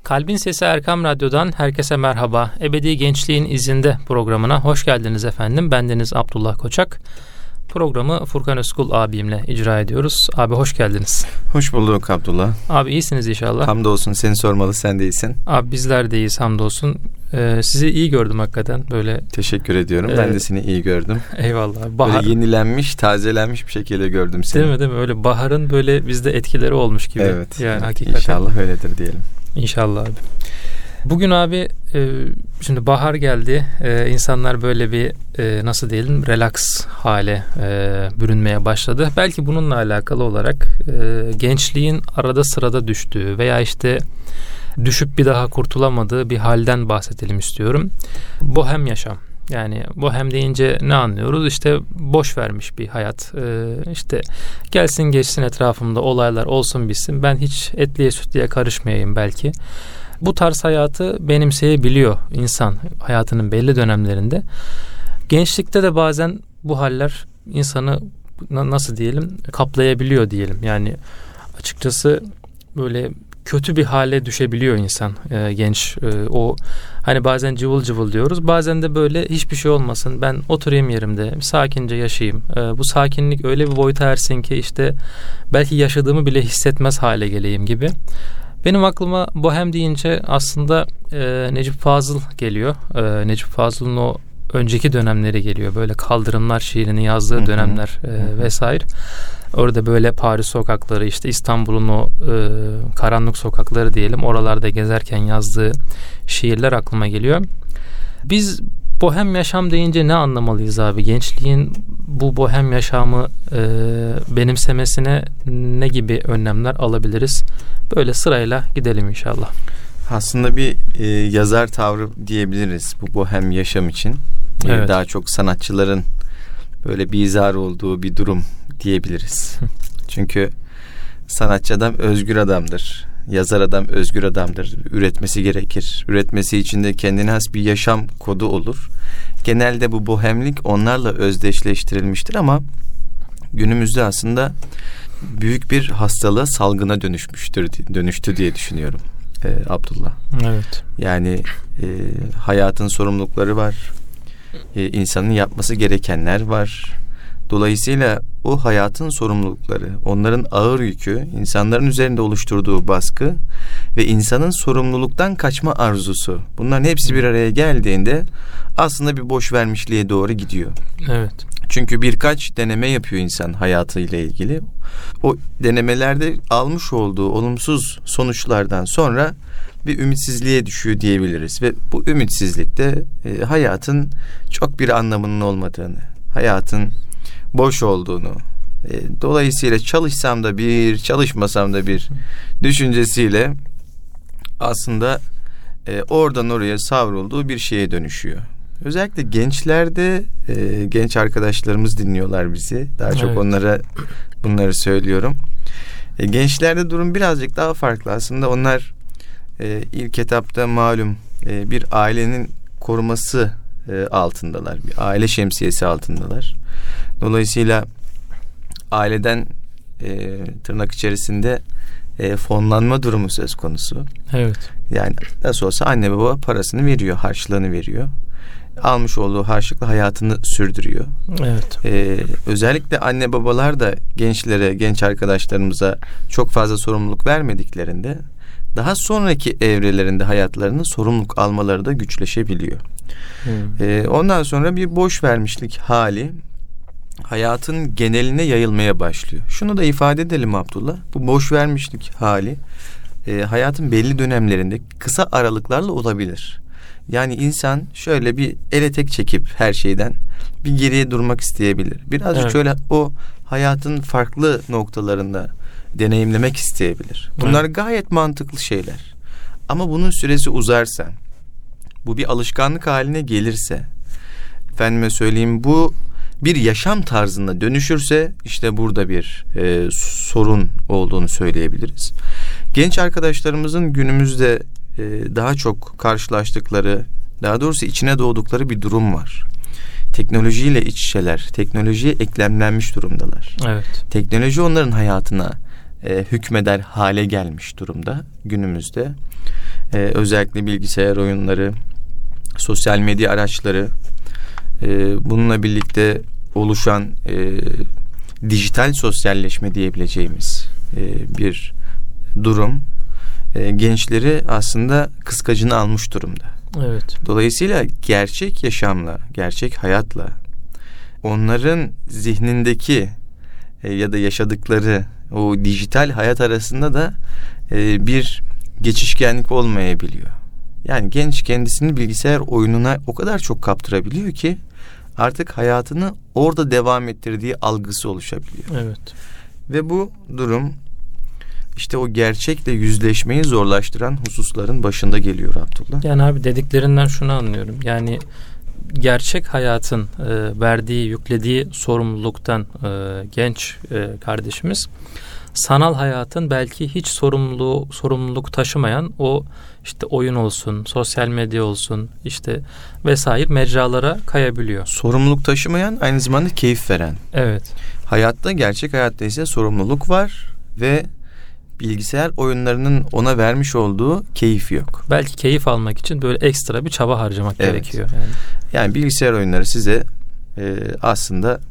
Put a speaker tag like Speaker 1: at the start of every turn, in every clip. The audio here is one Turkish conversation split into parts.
Speaker 1: Kalbin Sesi Erkam Radyo'dan herkese merhaba. Ebedi Gençliğin İzinde programına hoş geldiniz efendim. Bendeniz Abdullah Koçak. Programı Furkan Özkul abimle icra ediyoruz. Abi hoş geldiniz.
Speaker 2: Hoş bulduk Abdullah.
Speaker 1: Abi iyisiniz inşallah.
Speaker 2: Hamdolsun, seni sormalı, sen de iyisin.
Speaker 1: Abi bizler de iyiyiz hamdolsun. Sizi iyi gördüm hakikaten böyle.
Speaker 2: Teşekkür ediyorum. Ben de seni iyi gördüm.
Speaker 1: Eyvallah. Bahar.
Speaker 2: Böyle yenilenmiş, tazelenmiş bir şekilde gördüm seni.
Speaker 1: Değil mi? Öyle baharın böyle bizde etkileri olmuş gibi.
Speaker 2: Evet.
Speaker 1: Yani hakikaten.
Speaker 2: İnşallah öyledir diyelim.
Speaker 1: İnşallah abi. Bugün abi şimdi bahar geldi. İnsanlar böyle bir nasıl diyelim relax hale bürünmeye başladı. Belki bununla alakalı olarak gençliğin arada sırada düştüğü veya işte düşüp bir daha kurtulamadığı bir halden bahsedelim istiyorum. Bohem yaşam. Yani bohem deyince ne anlıyoruz? İşte boş vermiş bir hayat. İşte gelsin geçsin etrafımda olaylar olsun bitsin. Ben hiç etliye sütlüye karışmayayım belki. Bu tarz hayatı benimseyebiliyor insan hayatının belli dönemlerinde. Gençlikte de bazen bu haller insanı nasıl diyelim kaplayabiliyor diyelim. Yani açıkçası böyle kötü bir hale düşebiliyor insan genç. O hani bazen cıvıl cıvıl diyoruz. Bazen de böyle hiçbir şey olmasın. Ben oturayım yerimde sakince yaşayayım. Bu sakinlik öyle bir boyuta ersin ki işte belki yaşadığımı bile hissetmez hale geleyim gibi. Benim aklıma bohem deyince aslında Necip Fazıl geliyor. Necip Fazıl'ın o önceki dönemleri geliyor. Böyle Kaldırımlar şiirini yazdığı dönemler vesaire. Orada böyle Paris sokakları işte İstanbul'un o karanlık sokakları diyelim. Oralarda gezerken yazdığı şiirler aklıma geliyor. Biz bohem yaşam deyince ne anlamalıyız abi? Gençliğin bu bohem yaşamı benimsemesine ne gibi önlemler alabiliriz? Böyle sırayla gidelim inşallah.
Speaker 2: Aslında bir yazar tavrı diyebiliriz bu bohem yaşam için. Evet. Daha çok sanatçıların böyle bizar olduğu bir durum diyebiliriz. Çünkü sanatçı adam özgür adamdır. Yazar adam özgür adamdır. Üretmesi gerekir. Üretmesi için de kendine has bir yaşam kodu olur. Genelde bu bohemlik onlarla özdeşleştirilmiştir ama günümüzde aslında büyük bir hastalığa, salgına dönüştü diye düşünüyorum Abdullah.
Speaker 1: Evet.
Speaker 2: Yani hayatın sorumlulukları var. İnsanın yapması gerekenler var. Dolayısıyla o hayatın sorumlulukları, onların ağır yükü, insanların üzerinde oluşturduğu baskı ve insanın sorumluluktan kaçma arzusu. Bunların hepsi bir araya geldiğinde aslında bir boş vermişliğe doğru gidiyor.
Speaker 1: Evet.
Speaker 2: Çünkü birkaç deneme yapıyor insan hayatıyla ilgili. O denemelerde almış olduğu olumsuz sonuçlardan sonra bir ümitsizliğe düşüyor diyebiliriz. Ve bu ümitsizlikte hayatın çok bir anlamının olmadığını, hayatın boş olduğunu, dolayısıyla çalışsam da bir, çalışmasam da bir düşüncesiyle aslında oradan oraya savrulduğu bir şeye dönüşüyor. Özellikle gençlerde, genç arkadaşlarımız dinliyorlar bizi. Daha çok onlara bunları söylüyorum. Gençlerde durum birazcık daha farklı. Aslında onlar ilk etapta malum bir ailenin koruması altındalar. Bir aile şemsiyesi altındalar. Dolayısıyla aileden tırnak içerisinde fonlanma durumu söz konusu.
Speaker 1: Evet.
Speaker 2: Yani nasıl olsa anne baba parasını veriyor, harçlığını veriyor. Almış olduğu harçlıkla hayatını sürdürüyor.
Speaker 1: Evet.
Speaker 2: Özellikle anne babalar da gençlere, genç arkadaşlarımıza çok fazla sorumluluk vermediklerinde daha sonraki evrelerinde hayatlarını sorumluluk almaları da güçleşebiliyor. Ondan sonra bir boş vermişlik hali hayatın geneline yayılmaya başlıyor. Şunu da ifade edelim Abdullah. Bu boş vermişlik hali hayatın belli dönemlerinde kısa aralıklarla olabilir. Yani insan şöyle bir ele tek çekip her şeyden bir geriye durmak isteyebilir. Birazcık şöyle o hayatın farklı noktalarında deneyimlemek isteyebilir. Bunlar gayet mantıklı şeyler. Ama bunun süresi uzarsa, bu bir alışkanlık haline gelirse, efendime söyleyeyim bu bir yaşam tarzına dönüşürse işte burada bir sorun olduğunu söyleyebiliriz. Genç arkadaşlarımızın günümüzde daha çok karşılaştıkları, daha doğrusu içine doğdukları bir durum var. Teknolojiyle iç içeler, teknolojiye eklemlenmiş durumdalar.
Speaker 1: Evet.
Speaker 2: Teknoloji onların hayatına hükmeder hale gelmiş durumda günümüzde. Özellikle bilgisayar oyunları, sosyal medya araçları, bununla birlikte oluşan dijital sosyalleşme diyebileceğimiz bir durum gençleri aslında kıskacını almış durumda.
Speaker 1: Evet.
Speaker 2: Dolayısıyla gerçek yaşamla, gerçek hayatla onların zihnindeki ya da yaşadıkları o dijital hayat arasında da bir geçişkenlik olmayabiliyor. Yani genç kendisini bilgisayar oyununa o kadar çok kaptırabiliyor ki artık hayatını orada devam ettirdiği algısı oluşabiliyor.
Speaker 1: Evet.
Speaker 2: Ve bu durum işte o gerçekle yüzleşmeyi zorlaştıran hususların başında geliyor Abdullah.
Speaker 1: Yani abi dediklerinden şunu anlıyorum. Yani gerçek hayatın verdiği, yüklediği sorumluluktan genç kardeşimiz sanal hayatın belki hiç sorumluluk taşımayan o işte oyun olsun, sosyal medya olsun işte vesaire mecralara kayabiliyor.
Speaker 2: Sorumluluk taşımayan, aynı zamanda keyif veren.
Speaker 1: Evet.
Speaker 2: Hayatta, gerçek hayatta ise sorumluluk var ve bilgisayar oyunlarının ona vermiş olduğu keyif yok.
Speaker 1: Belki keyif almak için böyle ekstra bir çaba harcamak gerekiyor.
Speaker 2: Yani bilgisayar oyunları size aslında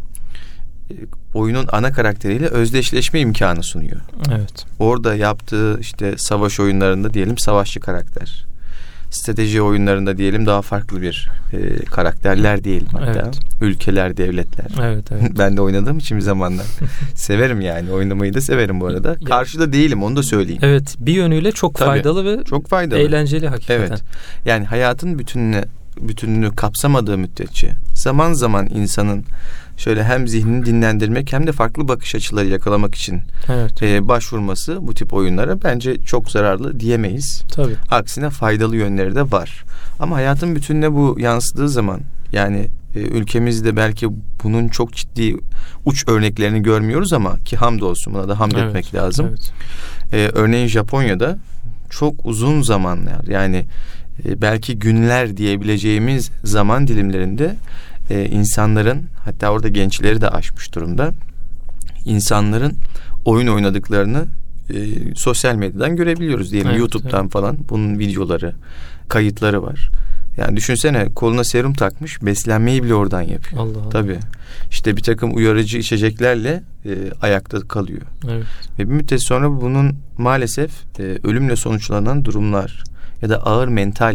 Speaker 2: oyunun ana karakteriyle özdeşleşme imkanı sunuyor.
Speaker 1: Evet.
Speaker 2: Orada yaptığı işte savaş oyunlarında diyelim savaşçı karakter. Strateji oyunlarında diyelim daha farklı bir karakterler diyelim hatta.
Speaker 1: Evet.
Speaker 2: Ülkeler, devletler.
Speaker 1: Evet.
Speaker 2: Ben de oynadığım için bir zamanlar. Severim yani. Oynamayı da severim bu arada. Karşıda değilim, onu da söyleyeyim.
Speaker 1: Evet. Bir yönüyle çok faydalı ve
Speaker 2: çok faydalı.
Speaker 1: Eğlenceli hakikaten.
Speaker 2: Evet. Yani hayatın bütününü kapsamadığı müddetçe zaman zaman insanın şöyle hem zihnini dinlendirmek hem de farklı bakış açıları yakalamak için başvurması bu tip oyunlara bence çok zararlı diyemeyiz.
Speaker 1: Tabii.
Speaker 2: Aksine faydalı yönleri de var. Ama hayatın bütününe bu yansıdığı zaman yani ülkemizde belki bunun çok ciddi uç örneklerini görmüyoruz ama ki hamdolsun, buna da hamd etmek lazım. Evet. Örneğin Japonya'da çok uzun zamanlar yani belki günler diyebileceğimiz zaman dilimlerinde insanların, hatta orada gençleri de aşmış durumda, insanların oyun oynadıklarını sosyal medyadan görebiliyoruz diyelim. Evet, YouTube'dan falan bunun videoları, kayıtları var. Yani düşünsene, koluna serum takmış, beslenmeyi bile oradan yapıyor.
Speaker 1: Allah Allah.
Speaker 2: Tabii. İşte bir takım uyarıcı içeceklerle ayakta kalıyor.
Speaker 1: Evet.
Speaker 2: Ve bir müddet sonra bunun maalesef ölümle sonuçlanan durumlar ya da ağır mental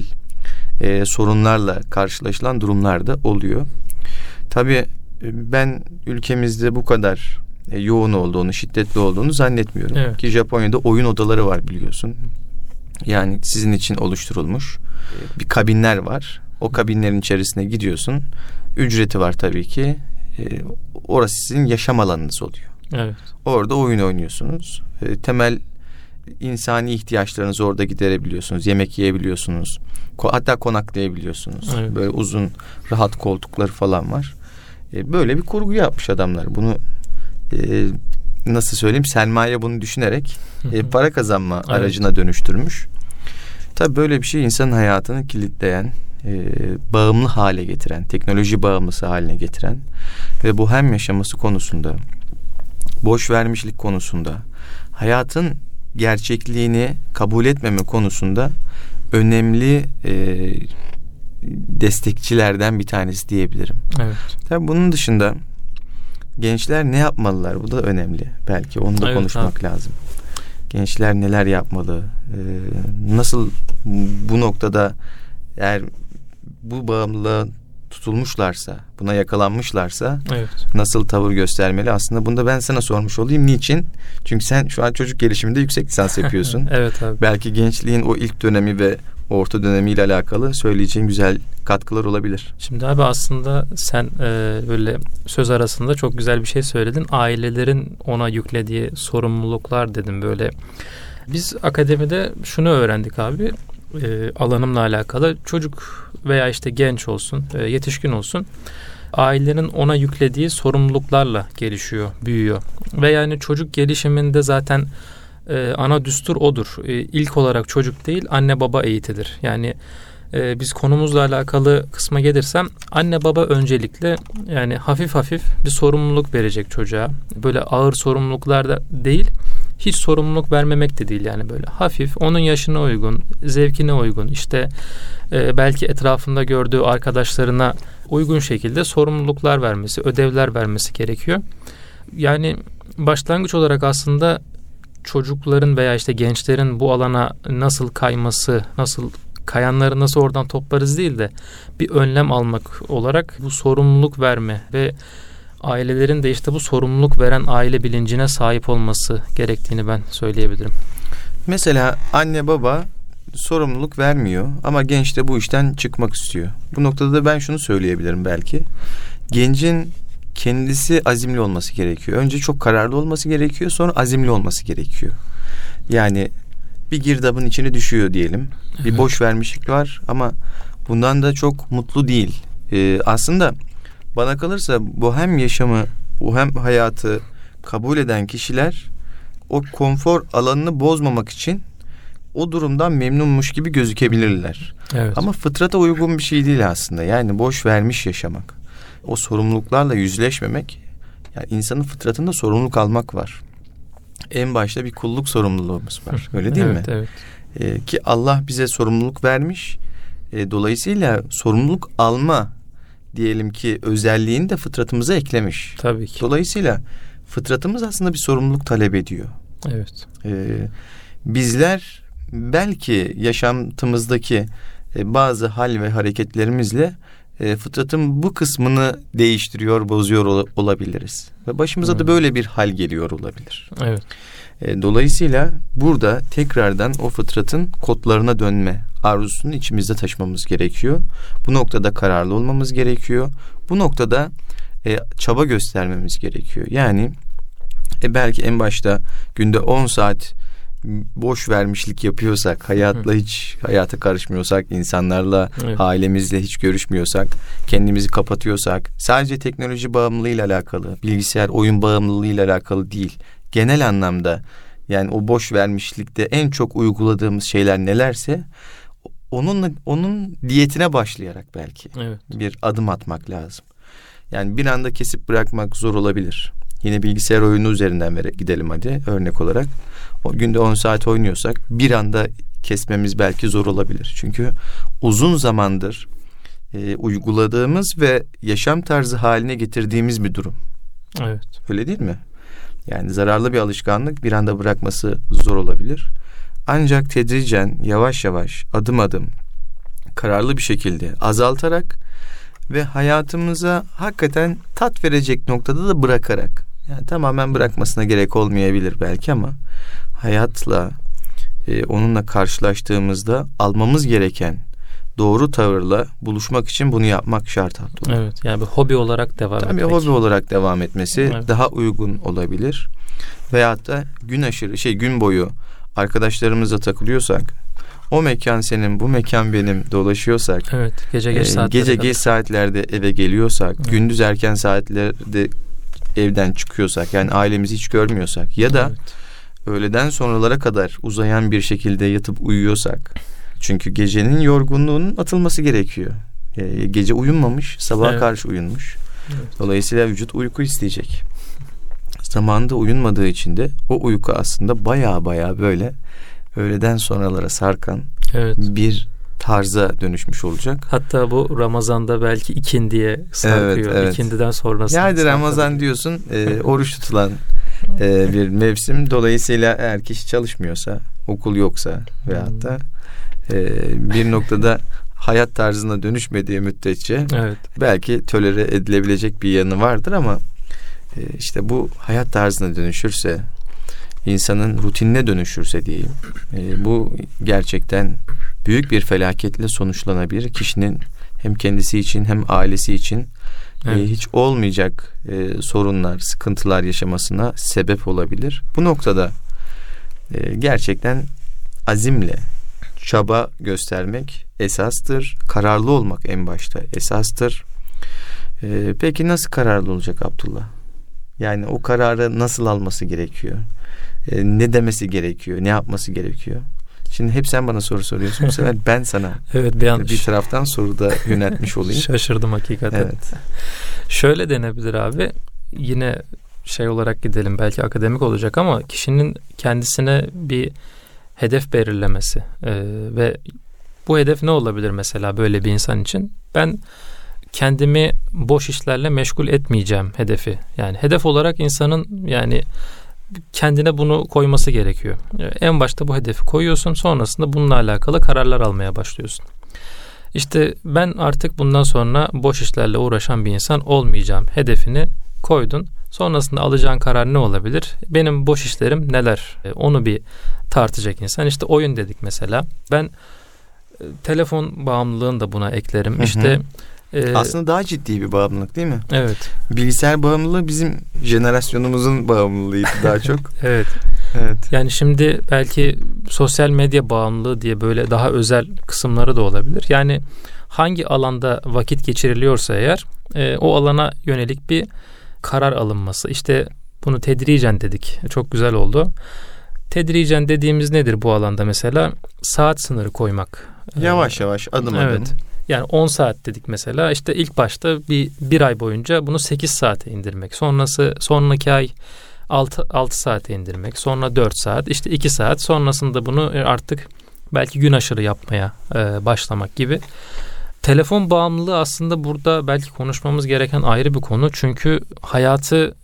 Speaker 2: sorunlarla karşılaşılan durumlar da oluyor. Tabii ben ülkemizde bu kadar yoğun olduğunu, şiddetli olduğunu zannetmiyorum.
Speaker 1: Evet.
Speaker 2: Ki Japonya'da oyun odaları var biliyorsun. Yani sizin için oluşturulmuş bir kabinler var. O kabinlerin içerisine gidiyorsun. Ücreti var tabii ki. Orası sizin yaşam alanınız oluyor.
Speaker 1: Evet.
Speaker 2: Orada oyun oynuyorsunuz. Temel insani ihtiyaçlarınızı orada giderebiliyorsunuz. Yemek yiyebiliyorsunuz. Hatta konaklayabiliyorsunuz. Evet. Böyle uzun, rahat koltukları falan var. Böyle bir kurgu yapmış adamlar. Bunu nasıl söyleyeyim? Sermaye bunu düşünerek para kazanma aracına dönüştürmüş. Tabii böyle bir şey insanın hayatını kilitleyen, bağımlı hale getiren, teknoloji bağımlısı haline getiren ve bu hem yaşaması konusunda, boş vermişlik konusunda, hayatın gerçekliğini kabul etmeme konusunda önemli destekçilerden bir tanesi diyebilirim.
Speaker 1: Evet.
Speaker 2: Tabii bunun dışında gençler ne yapmalılar? Bu da önemli. Belki onu da konuşmak lazım. Gençler neler yapmalı? Nasıl bu noktada eğer bu bağımlılığa tutulmuşlarsa, buna yakalanmışlarsa nasıl tavır göstermeli? Aslında bunu da ben sana sormuş olayım. Niçin? Çünkü sen şu an çocuk gelişiminde yüksek lisans yapıyorsun.
Speaker 1: Evet abi.
Speaker 2: Belki gençliğin o ilk dönemi ve orta dönemiyle alakalı söyleyeceğin güzel katkılar olabilir.
Speaker 1: Şimdi abi aslında sen böyle söz arasında çok güzel bir şey söyledin. Ailelerin ona yüklediği sorumluluklar dedim böyle. Biz akademide şunu öğrendik abi. Alanımla alakalı çocuk veya işte genç olsun, yetişkin olsun, ailenin ona yüklediği sorumluluklarla gelişiyor, büyüyor. Ve yani çocuk gelişiminde zaten ana düstur odur. İlk olarak çocuk değil, anne baba eğitilir. Yani biz konumuzla alakalı kısma gelirsem, anne baba öncelikle yani hafif hafif bir sorumluluk verecek çocuğa. Böyle ağır sorumluluklar da değil, hiç sorumluluk vermemek de değil, yani böyle hafif onun yaşına uygun, zevkine uygun, işte belki etrafında gördüğü arkadaşlarına uygun şekilde sorumluluklar vermesi, ödevler vermesi gerekiyor. Yani başlangıç olarak aslında çocukların veya işte gençlerin bu alana nasıl kayması, kayanları nasıl oradan toplarız değil de bir önlem almak olarak bu sorumluluk verme ve ailelerin de işte bu sorumluluk veren aile bilincine sahip olması gerektiğini ben söyleyebilirim.
Speaker 2: Mesela anne baba sorumluluk vermiyor ama genç de bu işten çıkmak istiyor. Bu noktada da ben şunu söyleyebilirim belki. Gencin kendisi azimli olması gerekiyor. Önce çok kararlı olması gerekiyor, sonra azimli olması gerekiyor. Yani bir girdabın içine düşüyor diyelim. Evet. Bir boş vermişlik var ama bundan da çok mutlu değil. Aslında bana kalırsa bu hem yaşamı, bu hem hayatı kabul eden kişiler o konfor alanını bozmamak için o durumdan memnunmuş gibi gözükebilirler.
Speaker 1: Evet.
Speaker 2: Ama fıtrata uygun bir şey değil aslında. Yani boş vermiş yaşamak. O sorumluluklarla yüzleşmemek. Yani insanın fıtratında sorumluluk almak var. En başta bir kulluk sorumluluğumuz var. Öyle değil
Speaker 1: evet,
Speaker 2: mi?
Speaker 1: Evet.
Speaker 2: Ki Allah bize sorumluluk vermiş. Dolayısıyla sorumluluk alma diyelim ki özelliğini de fıtratımıza eklemiş.
Speaker 1: Tabii ki.
Speaker 2: Dolayısıyla fıtratımız aslında bir sorumluluk talep ediyor.
Speaker 1: Evet.
Speaker 2: Bizler belki yaşantımızdaki bazı hal ve hareketlerimizle fıtratın bu kısmını değiştiriyor, bozuyor olabiliriz. Ve başımıza da böyle bir hal geliyor olabilir.
Speaker 1: Evet.
Speaker 2: Dolayısıyla burada tekrardan o fıtratın kodlarına dönme arzusunu içimizde taşımamız gerekiyor. Bu noktada kararlı olmamız gerekiyor. Bu noktada çaba göstermemiz gerekiyor. Yani belki en başta günde 10 saat boş vermişlik yapıyorsak, hayata karışmıyorsak, insanlarla, evet, ailemizle hiç görüşmüyorsak, kendimizi kapatıyorsak, sadece teknoloji bağımlılığıyla alakalı, bilgisayar oyun bağımlılığıyla alakalı değil, genel anlamda yani o boş vermişlikte en çok uyguladığımız şeyler nelerse onun diyetine başlayarak belki bir adım atmak lazım. Yani bir anda kesip bırakmak zor olabilir. Yine bilgisayar oyunu üzerinden gidelim hadi örnek olarak. O günde 10 saat oynuyorsak bir anda kesmemiz belki zor olabilir. Çünkü uzun zamandır uyguladığımız ve yaşam tarzı haline getirdiğimiz bir durum.
Speaker 1: Evet.
Speaker 2: Öyle değil mi? Yani zararlı bir alışkanlık bir anda bırakması zor olabilir. Ancak tedricen, yavaş yavaş, adım adım, kararlı bir şekilde azaltarak ve hayatımıza hakikaten tat verecek noktada da bırakarak, yani tamamen bırakmasına gerek olmayabilir belki ama hayatla onunla karşılaştığımızda almamız gereken doğru tavırla buluşmak için bunu yapmak şart.
Speaker 1: Evet, yani bir hobi olarak devam etmek.
Speaker 2: Tabii hobi olarak devam etmesi daha uygun olabilir. Veyahut da gün boyu arkadaşlarımızla takılıyorsak, o mekan senin, bu mekan benim dolaşıyorsak, gece geç saatlerde eve geliyorsak, gündüz erken saatlerde evden çıkıyorsak, yani ailemizi hiç görmüyorsak ya da öğleden sonralara kadar uzayan bir şekilde yatıp uyuyorsak, çünkü gecenin yorgunluğunun atılması gerekiyor. Gece uyunmamış, sabaha karşı uyunmuş. Evet. Dolayısıyla vücut uyku isteyecek. Zamanında uyunmadığı için de o uyku aslında baya böyle öğleden sonralara sarkan bir tarza dönüşmüş olacak.
Speaker 1: Hatta bu Ramazan'da belki ikindiye sarkıyor. Evet. İkindiden sonrasında.
Speaker 2: Yani Ramazan diyorsun, oruç tutulan bir mevsim. Dolayısıyla eğer kişi çalışmıyorsa, okul yoksa veyahut da bir noktada hayat tarzına dönüşmediği müddetçe belki tolere edilebilecek bir yanı vardır ama işte bu hayat tarzına dönüşürse, insanın rutinine dönüşürse diyeyim, bu gerçekten büyük bir felaketle sonuçlanabilir. Kişinin hem kendisi için hem ailesi için hiç olmayacak sorunlar, sıkıntılar yaşamasına sebep olabilir. Bu noktada gerçekten azimle çaba göstermek esastır. Kararlı olmak en başta esastır. Peki nasıl kararlı olacak Abdullah? Yani o kararı nasıl alması gerekiyor? Ne demesi gerekiyor? Ne yapması gerekiyor? Şimdi hep sen bana soru soruyorsun. Bu sefer ben sana bir taraftan soru da yöneltmiş olayım.
Speaker 1: Şaşırdım hakikaten.
Speaker 2: Evet.
Speaker 1: Şöyle denebilir abi. Yine şey olarak gidelim, belki akademik olacak ama kişinin kendisine bir hedef belirlemesi ve bu hedef ne olabilir mesela böyle bir insan için? Ben kendimi boş işlerle meşgul etmeyeceğim hedefi. Yani hedef olarak insanın yani kendine bunu koyması gerekiyor. En başta bu hedefi koyuyorsun, sonrasında bununla alakalı kararlar almaya başlıyorsun. İşte ben artık bundan sonra boş işlerle uğraşan bir insan olmayacağım hedefini koydun. Sonrasında alacağın karar ne olabilir? Benim boş işlerim neler? Onu bir tartacak insan. İşte oyun dedik mesela. Ben telefon bağımlılığını da buna eklerim. İşte
Speaker 2: aslında daha ciddi bir bağımlılık değil mi?
Speaker 1: Evet.
Speaker 2: Bilgisayar bağımlılığı bizim jenerasyonumuzun bağımlılığıydı daha çok.
Speaker 1: Evet. Yani şimdi belki sosyal medya bağımlılığı diye böyle daha özel kısımları da olabilir. Yani hangi alanda vakit geçiriliyorsa eğer o alana yönelik bir karar alınması. İşte bunu tedricen dedik. Çok güzel oldu. Tedricen dediğimiz nedir bu alanda mesela? Saat sınırı koymak.
Speaker 2: Yavaş yavaş, adım adım.
Speaker 1: Evet. Yani 10 saat dedik mesela. İşte ilk başta bir ay boyunca bunu 8 saate indirmek. Sonraki ay 6 saate indirmek. Sonra 4 saat, işte 2 saat. Sonrasında bunu artık belki gün aşırı yapmaya başlamak gibi. Telefon bağımlılığı aslında burada belki konuşmamız gereken ayrı bir konu. Çünkü hayatı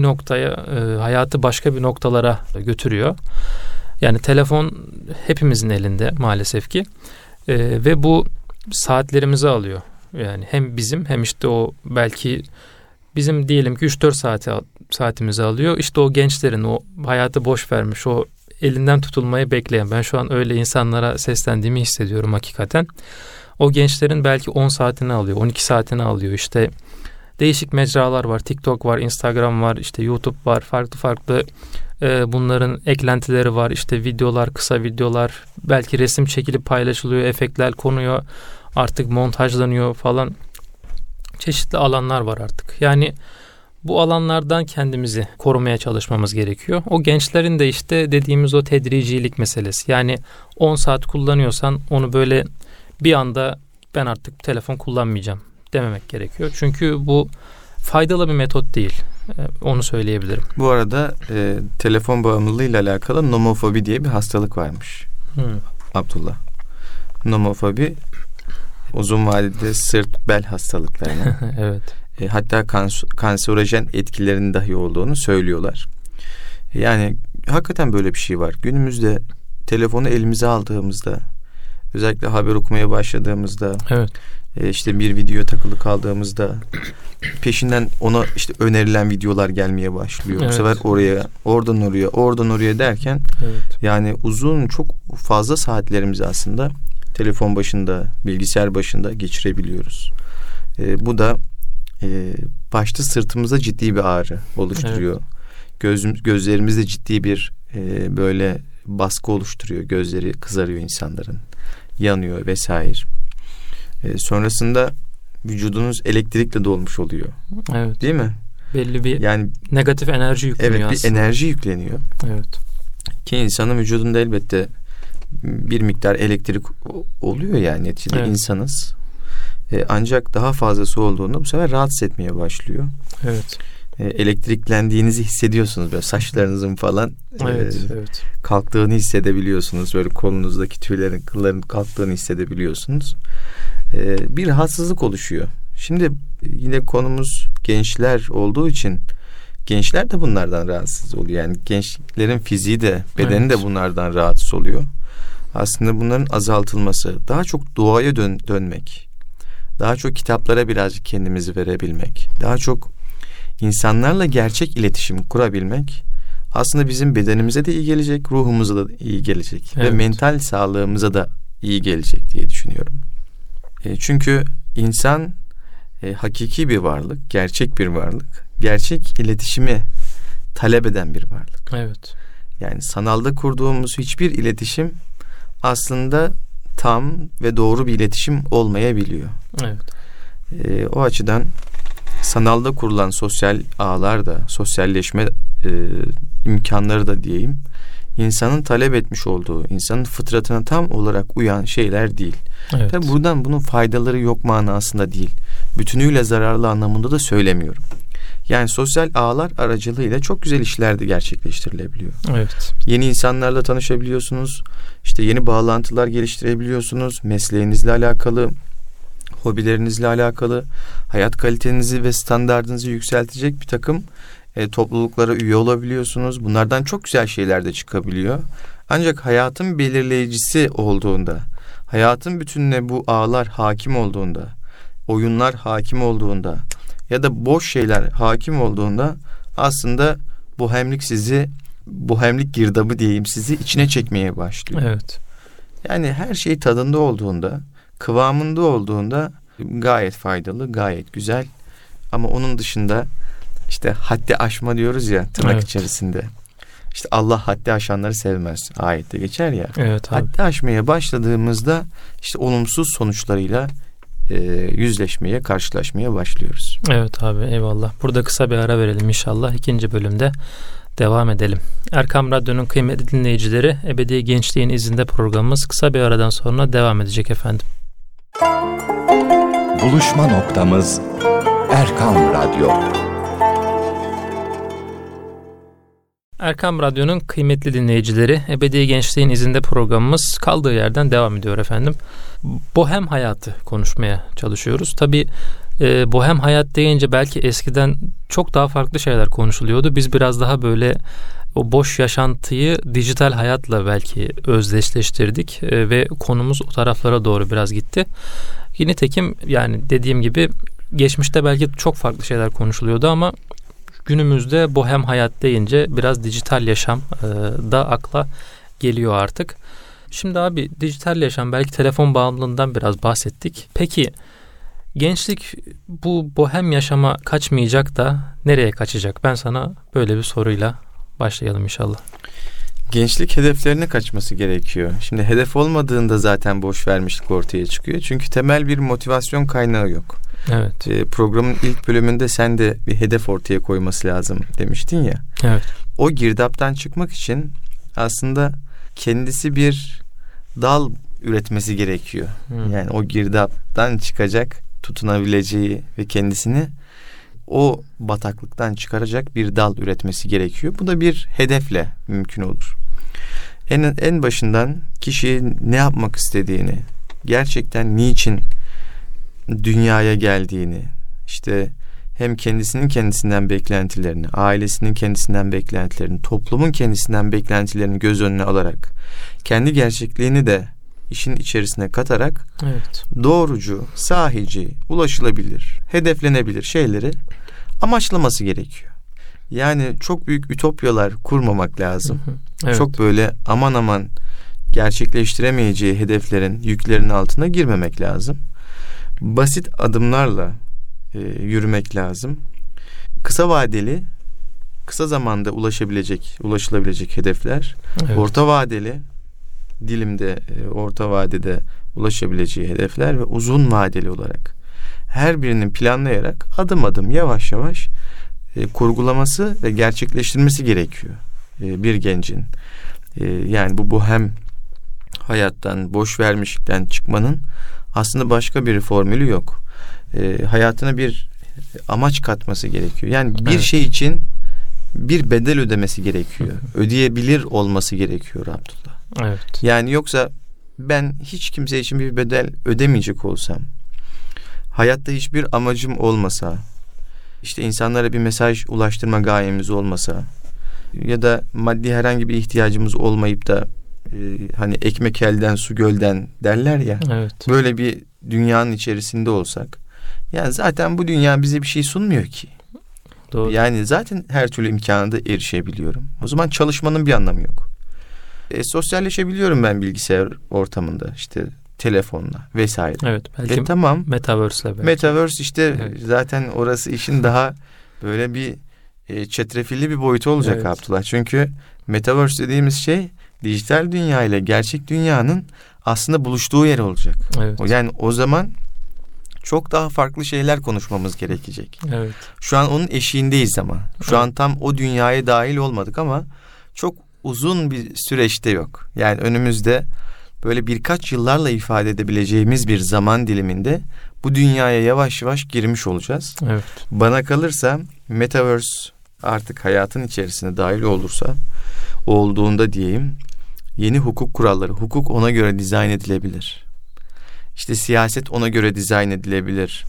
Speaker 1: başka bir noktalara götürüyor. Yani telefon hepimizin elinde maalesef ki. Ve bu saatlerimizi alıyor. Yani hem bizim hem işte o belki bizim diyelim ki 3-4 saatimizi alıyor. İşte o gençlerin, o hayatı boş vermiş, o elinden tutulmayı bekleyen, ben şu an öyle insanlara seslendiğimi hissediyorum hakikaten. O gençlerin belki 10 saatini alıyor, 12 saatini alıyor. İşte değişik mecralar var. TikTok var, Instagram var, işte YouTube var. Farklı bunların eklentileri var. İşte videolar, kısa videolar. Belki resim çekilip paylaşılıyor, efektler konuyor. Artık montajlanıyor falan. Çeşitli alanlar var artık. Yani bu alanlardan kendimizi korumaya çalışmamız gerekiyor. O gençlerin de işte dediğimiz o tedricilik meselesi. Yani 10 saat kullanıyorsan onu böyle bir anda ben artık telefon kullanmayacağım dememek gerekiyor. Çünkü bu faydalı bir metot değil. Onu söyleyebilirim.
Speaker 2: Bu arada telefon bağımlılığı ile alakalı nomofobi diye bir hastalık varmış. Abdullah. Nomofobi uzun vadede sırt bel hastalıklarına.
Speaker 1: Evet.
Speaker 2: Hatta kanserojen etkilerinin dahi olduğunu söylüyorlar. Yani hakikaten böyle bir şey var. Günümüzde telefonu elimize aldığımızda, özellikle haber okumaya başladığımızda,
Speaker 1: evet,
Speaker 2: işte bir videoya takılı kaldığımızda peşinden ona işte önerilen videolar gelmeye başlıyor. Evet. Bu sefer oraya, oradan oraya derken evet, yani çok fazla saatlerimizi aslında telefon başında, bilgisayar başında geçirebiliyoruz. Bu da başta sırtımıza ciddi bir ağrı oluşturuyor. Evet. Gözlerimizde ciddi bir böyle baskı oluşturuyor. Gözleri kızarıyor insanların. Yanıyor vesaire. Sonrasında vücudunuz elektrikle dolmuş oluyor.
Speaker 1: Evet.
Speaker 2: Değil mi?
Speaker 1: Belli bir yani negatif enerji yükleniyor
Speaker 2: aslında. Evet, bir enerji yükleniyor.
Speaker 1: Evet.
Speaker 2: Ki insanın vücudunda elbette bir miktar elektrik oluyor yani neticede evet, insanız. Ancak daha fazlası olduğunda bu sefer rahatsız etmeye başlıyor.
Speaker 1: Evet.
Speaker 2: Elektriklendiğinizi hissediyorsunuz böyle saçlarınızın falan
Speaker 1: evet.
Speaker 2: kalktığını hissedebiliyorsunuz. Böyle kolunuzdaki tüylerin, kılların kalktığını hissedebiliyorsunuz. Bir rahatsızlık oluşuyor. Şimdi yine konumuz gençler olduğu için gençler de bunlardan rahatsız oluyor. Yani gençlerin fiziği de bedeni evet, de bunlardan rahatsız oluyor. Aslında bunların azaltılması, daha çok doğaya dönmek, daha çok kitaplara birazcık kendimizi verebilmek, daha çok insanlarla gerçek iletişim kurabilmek aslında bizim bedenimize de iyi gelecek, ruhumuza da iyi gelecek evet, ve mental sağlığımıza da iyi gelecek diye düşünüyorum. Çünkü insan hakiki bir varlık, gerçek bir varlık, gerçek iletişimi talep eden bir varlık.
Speaker 1: Evet.
Speaker 2: Yani sanalda kurduğumuz hiçbir iletişim aslında tam ve doğru bir iletişim olmayabiliyor.
Speaker 1: Evet.
Speaker 2: O açıdan sanalda kurulan sosyal ağlar da, sosyalleşme imkanları da diyeyim, insanın talep etmiş olduğu, insanın fıtratına tam olarak uyan şeyler değil.
Speaker 1: Evet.
Speaker 2: Tabii buradan bunun faydaları yok manasında değil. Bütünüyle zararlı anlamında da söylemiyorum. Yani sosyal ağlar aracılığıyla çok güzel işler de gerçekleştirilebiliyor.
Speaker 1: Evet.
Speaker 2: Yeni insanlarla tanışabiliyorsunuz. İşte yeni bağlantılar geliştirebiliyorsunuz. Mesleğinizle alakalı, hobilerinizle alakalı, hayat kalitenizi ve standardınızı yükseltecek bir takım topluluklara üye olabiliyorsunuz. Bunlardan çok güzel şeyler de çıkabiliyor. Ancak hayatın belirleyicisi olduğunda, hayatın bütününe bu ağlar hakim olduğunda, oyunlar hakim olduğunda ya da boş şeyler hakim olduğunda aslında bohemlik girdabı diyeyim sizi içine çekmeye başlıyor.
Speaker 1: Evet.
Speaker 2: Yani her şey tadında olduğunda, kıvamında olduğunda gayet faydalı, gayet güzel. Ama onun dışında işte haddi aşma diyoruz ya tırnak içerisinde. İşte Allah haddi aşanları sevmez. Ayette geçer ya.
Speaker 1: Evet abi.
Speaker 2: Haddi aşmaya başladığımızda işte olumsuz sonuçlarıyla yüzleşmeye, karşılaşmaya başlıyoruz.
Speaker 1: Evet abi, eyvallah. Burada kısa bir ara verelim inşallah. 2. bölümde devam edelim. Erkam Radyo'nun kıymetli dinleyicileri, Ebedi Gençliğin İzinde programımız kısa bir aradan sonra devam edecek efendim.
Speaker 3: Buluşma noktamız Erkam Radyo.
Speaker 1: Erkam Radyo'nun kıymetli dinleyicileri, Ebedi Gençliğin İzinde programımız kaldığı yerden devam ediyor efendim. Bohem hayatı konuşmaya çalışıyoruz. Tabii bohem hayat deyince belki eskiden çok daha farklı şeyler konuşuluyordu. Biz biraz daha böyle o boş yaşantıyı dijital hayatla belki özdeşleştirdik ve konumuz o taraflara doğru biraz gitti. Nitekim yani dediğim gibi geçmişte belki çok farklı şeyler konuşuluyordu ama günümüzde bohem hayat deyince biraz dijital yaşam da akla geliyor artık. Şimdi abi dijital yaşam, belki telefon bağımlılığından biraz bahsettik. Peki gençlik bu bohem yaşama kaçmayacak da nereye kaçacak? Ben sana böyle bir soruyla başlayalım inşallah.
Speaker 2: Gençlik hedeflerine kaçması gerekiyor. Şimdi hedef olmadığında zaten boş vermişlik ortaya çıkıyor. Çünkü temel bir motivasyon kaynağı yok.
Speaker 1: Evet.
Speaker 2: Programın ilk bölümünde sen de bir hedef ortaya koyması lazım demiştin ya.
Speaker 1: Evet.
Speaker 2: O girdaptan çıkmak için aslında kendisi bir dal üretmesi gerekiyor. Yani o girdaptan çıkacak, tutunabileceği ve kendisini o bataklıktan çıkaracak bir dal üretmesi gerekiyor. Bu da bir hedefle mümkün olur. En başından kişi ne yapmak istediğini, gerçekten niçin dünyaya geldiğini, işte hem kendisinden beklentilerini, ailesinin kendisinden beklentilerini, toplumun kendisinden beklentilerini göz önüne alarak, kendi gerçekliğini de işin içerisine katarak doğrucu, sahici, ulaşılabilir, hedeflenebilir şeyleri amaçlaması gerekiyor. Yani çok büyük ütopyalar kurmamak lazım. Evet. Çok böyle aman aman gerçekleştiremeyeceği hedeflerin yüklerinin altına girmemek lazım. Basit adımlarla yürümek lazım. Kısa vadeli, kısa zamanda ulaşılabilecek hedefler, orta vadeli dilimde, orta vadede ulaşabileceği hedefler ve uzun vadeli olarak her birinin planlayarak adım adım yavaş yavaş kurgulaması ve gerçekleştirmesi gerekiyor bir gencin. Yani bu bohem hayattan, boş vermişlikten çıkmanın aslında başka bir formülü yok. Hayatına bir amaç katması gerekiyor. Yani bir şey için bir bedel ödemesi gerekiyor. Ödeyebilir olması gerekiyor Abdullah.
Speaker 1: Evet.
Speaker 2: Yani yoksa ben hiç kimse için bir bedel ödemeyecek olsam, hayatta hiçbir amacım olmasa, işte insanlara bir mesaj ulaştırma gayemiz olmasa ya da maddi herhangi bir ihtiyacımız olmayıp da hani ekmek elden su gölden derler ya.
Speaker 1: Evet.
Speaker 2: Böyle bir dünyanın içerisinde olsak, yani zaten bu dünya bize bir şey sunmuyor ki.
Speaker 1: Doğru.
Speaker 2: Yani zaten her türlü imkana da erişebiliyorum. O zaman çalışmanın bir anlamı yok. Sosyalleşebiliyorum ben bilgisayar ortamında, işte telefonla vesaire.
Speaker 1: Evet, belki
Speaker 2: tamam.
Speaker 1: Metaverse'le belki.
Speaker 2: Metaverse işte zaten orası işin daha böyle bir çetrefilli bir boyutu olacak Abdullah. Çünkü Metaverse dediğimiz şey dijital dünya ile gerçek dünyanın aslında buluştuğu yer olacak.
Speaker 1: Evet.
Speaker 2: Yani o zaman çok daha farklı şeyler konuşmamız gerekecek.
Speaker 1: Evet.
Speaker 2: Şu an onun eşiğindeyiz ama. Şu an tam o dünyaya dahil olmadık ama çok uzun bir süreçte yok. Yani önümüzde böyle birkaç yıllarla ifade edebileceğimiz bir zaman diliminde bu dünyaya yavaş yavaş girmiş olacağız.
Speaker 1: Evet.
Speaker 2: Bana kalırsa Metaverse artık hayatın içerisine dahil olduğunda diyeyim, yeni hukuk kuralları, hukuk ona göre dizayn edilebilir. İşte siyaset ona göre dizayn edilebilir.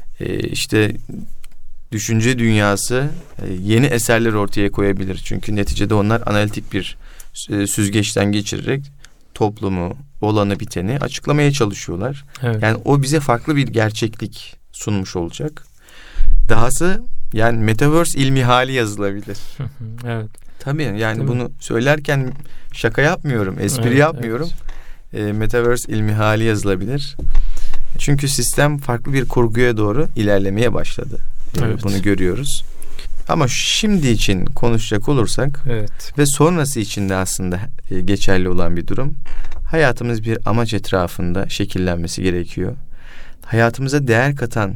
Speaker 2: İşte düşünce dünyası yeni eserler ortaya koyabilir. Çünkü neticede onlar analitik bir süzgeçten geçirerek toplumu, olanı biteni açıklamaya çalışıyorlar.
Speaker 1: Evet.
Speaker 2: Yani o bize farklı bir gerçeklik sunmuş olacak. Dahası yani Metaverse ilmihali yazılabilir.
Speaker 1: Evet.
Speaker 2: Tabii yani
Speaker 1: Değil
Speaker 2: bunu söylerken şaka yapmıyorum, espri yapmıyorum.
Speaker 1: Evet.
Speaker 2: Metaverse ilmihali yazılabilir. Çünkü sistem farklı bir kurguya doğru ilerlemeye başladı.
Speaker 1: Evet.
Speaker 2: Bunu görüyoruz. Ama şimdi için konuşacak olursak ve sonrası için de aslında geçerli olan bir durum. Hayatımız bir amaç etrafında şekillenmesi gerekiyor. Hayatımıza değer katan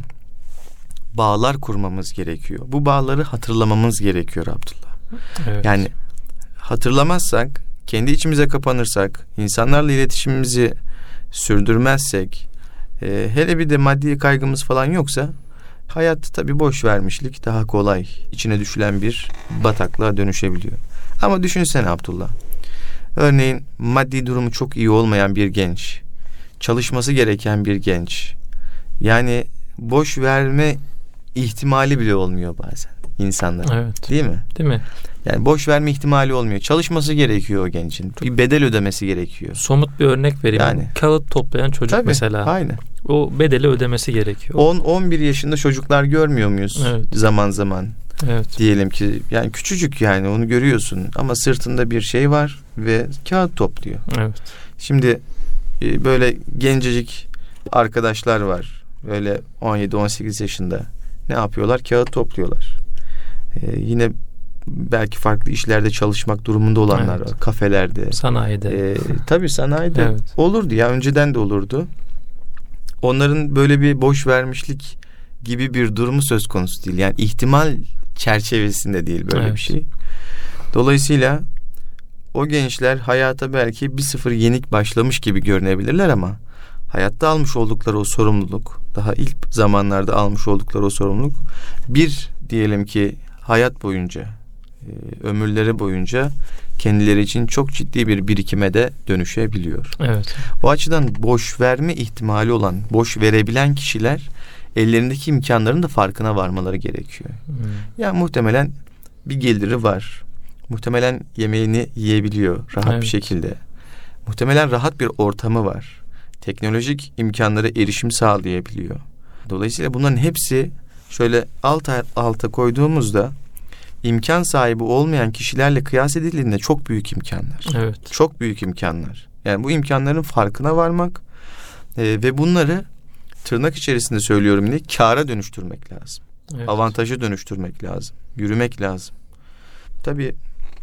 Speaker 2: bağlar kurmamız gerekiyor. Bu bağları hatırlamamız gerekiyor Abdullah.
Speaker 1: Evet.
Speaker 2: Yani hatırlamazsak, kendi içimize kapanırsak, insanlarla iletişimimizi sürdürmezsek, hele bir de maddi kaygımız falan yoksa, hayat tabii boş vermişlik daha kolay, içine düşülen bir bataklığa dönüşebiliyor. Ama düşünsene Abdullah. Örneğin maddi durumu çok iyi olmayan bir genç, çalışması gereken bir genç. Yani boş verme ihtimali bile olmuyor bazen insanların.
Speaker 1: Evet.
Speaker 2: Değil mi?
Speaker 1: Değil mi?
Speaker 2: Yani boş verme ihtimali olmuyor. Çalışması gerekiyor o gencin. Bir bedel ödemesi gerekiyor.
Speaker 1: Somut bir örnek vereyim.
Speaker 2: Yani.
Speaker 1: Kağıt toplayan çocuk
Speaker 2: Tabii,
Speaker 1: mesela.
Speaker 2: aynen.
Speaker 1: O bedeli ödemesi gerekiyor.
Speaker 2: 10-11 yaşında çocuklar görmüyor muyuz?
Speaker 1: Evet.
Speaker 2: Zaman zaman.
Speaker 1: Evet.
Speaker 2: Diyelim ki yani küçücük, yani onu görüyorsun ama sırtında bir şey var ve kağıt topluyor.
Speaker 1: Evet.
Speaker 2: Şimdi böyle gencecik arkadaşlar var. Böyle 17-18 yaşında. Ne yapıyorlar? Kağıt topluyorlar. Yine belki farklı işlerde çalışmak durumunda olanlar var. Kafelerde.
Speaker 1: Sanayide.
Speaker 2: Tabii sanayide
Speaker 1: Evet.
Speaker 2: olurdu ya. Önceden de olurdu. Onların böyle bir boş vermişlik gibi bir durumu söz konusu değil. Yani ihtimal çerçevesinde değil böyle bir şey. Dolayısıyla o gençler hayata belki 1-0 yenik başlamış gibi görünebilirler ama hayatta almış oldukları o sorumluluk, daha ilk zamanlarda almış oldukları o sorumluluk, bir diyelim ki hayat boyunca, ömürleri boyunca kendileri için çok ciddi bir birikime de dönüşebiliyor.
Speaker 1: Evet.
Speaker 2: O açıdan boş verme ihtimali olan, boş verebilen kişiler ellerindeki imkanların da farkına varmaları gerekiyor. Yani muhtemelen bir geliri var. Muhtemelen yemeğini yiyebiliyor rahat bir şekilde. Muhtemelen rahat bir ortamı var. Teknolojik imkanlara erişim sağlayabiliyor. Dolayısıyla bunların hepsi şöyle alt alta koyduğumuzda imkan sahibi olmayan kişilerle kıyas edildiğinde çok büyük imkanlar.
Speaker 1: Evet.
Speaker 2: Çok büyük imkanlar. Yani bu imkanların farkına varmak ve bunları tırnak içerisinde söylüyorum yine kâra dönüştürmek lazım.
Speaker 1: Evet.
Speaker 2: Avantaja dönüştürmek lazım. Yürümek lazım. Tabii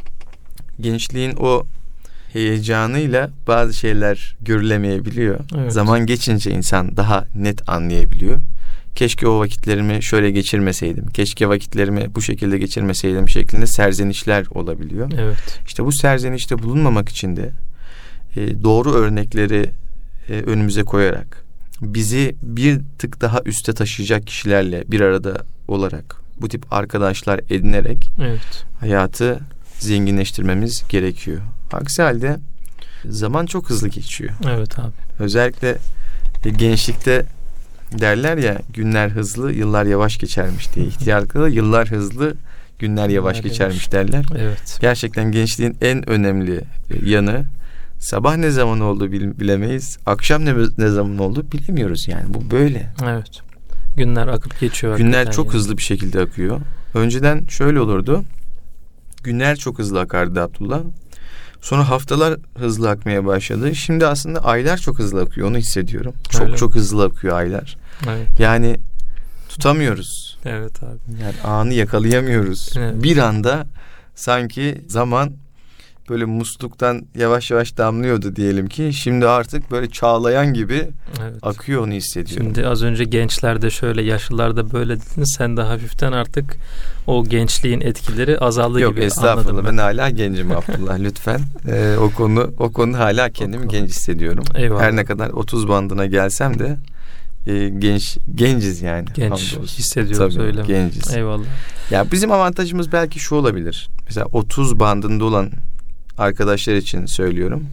Speaker 2: gençliğin o heyecanıyla bazı şeyler görülemeyebiliyor.
Speaker 1: Evet.
Speaker 2: Zaman geçince insan daha net anlayabiliyor. Keşke o vakitlerimi şöyle geçirmeseydim. Keşke vakitlerimi bu şekilde geçirmeseydim şeklinde serzenişler olabiliyor.
Speaker 1: Evet.
Speaker 2: İşte bu serzenişte bulunmamak için de doğru örnekleri önümüze koyarak, bizi bir tık daha üste taşıyacak kişilerle bir arada olarak, bu tip arkadaşlar edinerek hayatı zenginleştirmemiz gerekiyor. Aksi halde zaman çok hızlı geçiyor.
Speaker 1: Evet abi.
Speaker 2: Özellikle gençlikte derler ya, günler hızlı, yıllar yavaş geçermiş diye. İhtiyarlıkta da yıllar hızlı, günler yavaş geçermiş derler.
Speaker 1: Evet.
Speaker 2: Gerçekten gençliğin en önemli yanı, sabah ne zaman oldu bilemeyiz. Akşam ne zaman oldu bilemiyoruz yani. Bu böyle.
Speaker 1: Evet. Günler akıp geçiyor.
Speaker 2: Günler çok hızlı bir şekilde akıyor. Önceden şöyle olurdu. Günler çok hızlı akardı Abdullah. Sonra haftalar hızlı akmaya başladı. Şimdi aslında aylar çok hızlı akıyor. Onu hissediyorum. Çok hızlı akıyor aylar.
Speaker 1: Evet.
Speaker 2: Yani tutamıyoruz.
Speaker 1: Evet abi.
Speaker 2: Yani anı yakalayamıyoruz.
Speaker 1: Evet.
Speaker 2: Bir anda sanki zaman böyle musluktan yavaş yavaş damlıyordu diyelim ki. Şimdi artık böyle çağlayan gibi akıyor, onu hissediyorum.
Speaker 1: Şimdi az önce gençlerde şöyle, yaşlılarda böyle dedin. Sen de hafiften artık o gençliğin etkileri azaldı gibi anladım.
Speaker 2: Yok estağfurullah, ben hala gencim Abdullah lütfen. O konu hala kendimi genç hissediyorum.
Speaker 1: Eyvallah.
Speaker 2: Her ne kadar 30 bandına gelsem de genciz yani.
Speaker 1: Genç hissediyoruz öyle mi?
Speaker 2: Genciz.
Speaker 1: Eyvallah.
Speaker 2: Ya bizim avantajımız belki şu olabilir. Mesela 30 bandında olan arkadaşlar için söylüyorum.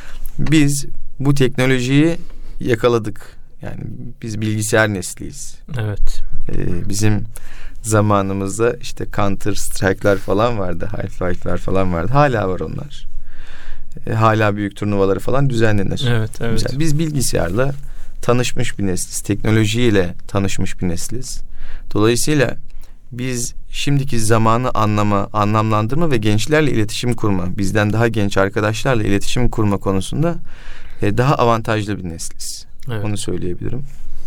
Speaker 2: Biz bu teknolojiyi yakaladık. Yani biz bilgisayar nesliyiz.
Speaker 1: Evet.
Speaker 2: Bizim zamanımızda işte Counter Strike'lar falan vardı. Half-Life'lar falan vardı. Hala var onlar. Hala büyük turnuvaları falan düzenlenir.
Speaker 1: Evet.
Speaker 2: Mesela biz bilgisayarla tanışmış bir nesliz. Teknolojiyle tanışmış bir nesliz. Dolayısıyla biz şimdiki zamanı anlamlandırma ve gençlerle iletişim kurma, bizden daha genç arkadaşlarla iletişim kurma konusunda daha avantajlı bir nesliz.
Speaker 1: Evet.
Speaker 2: Onu söyleyebilirim.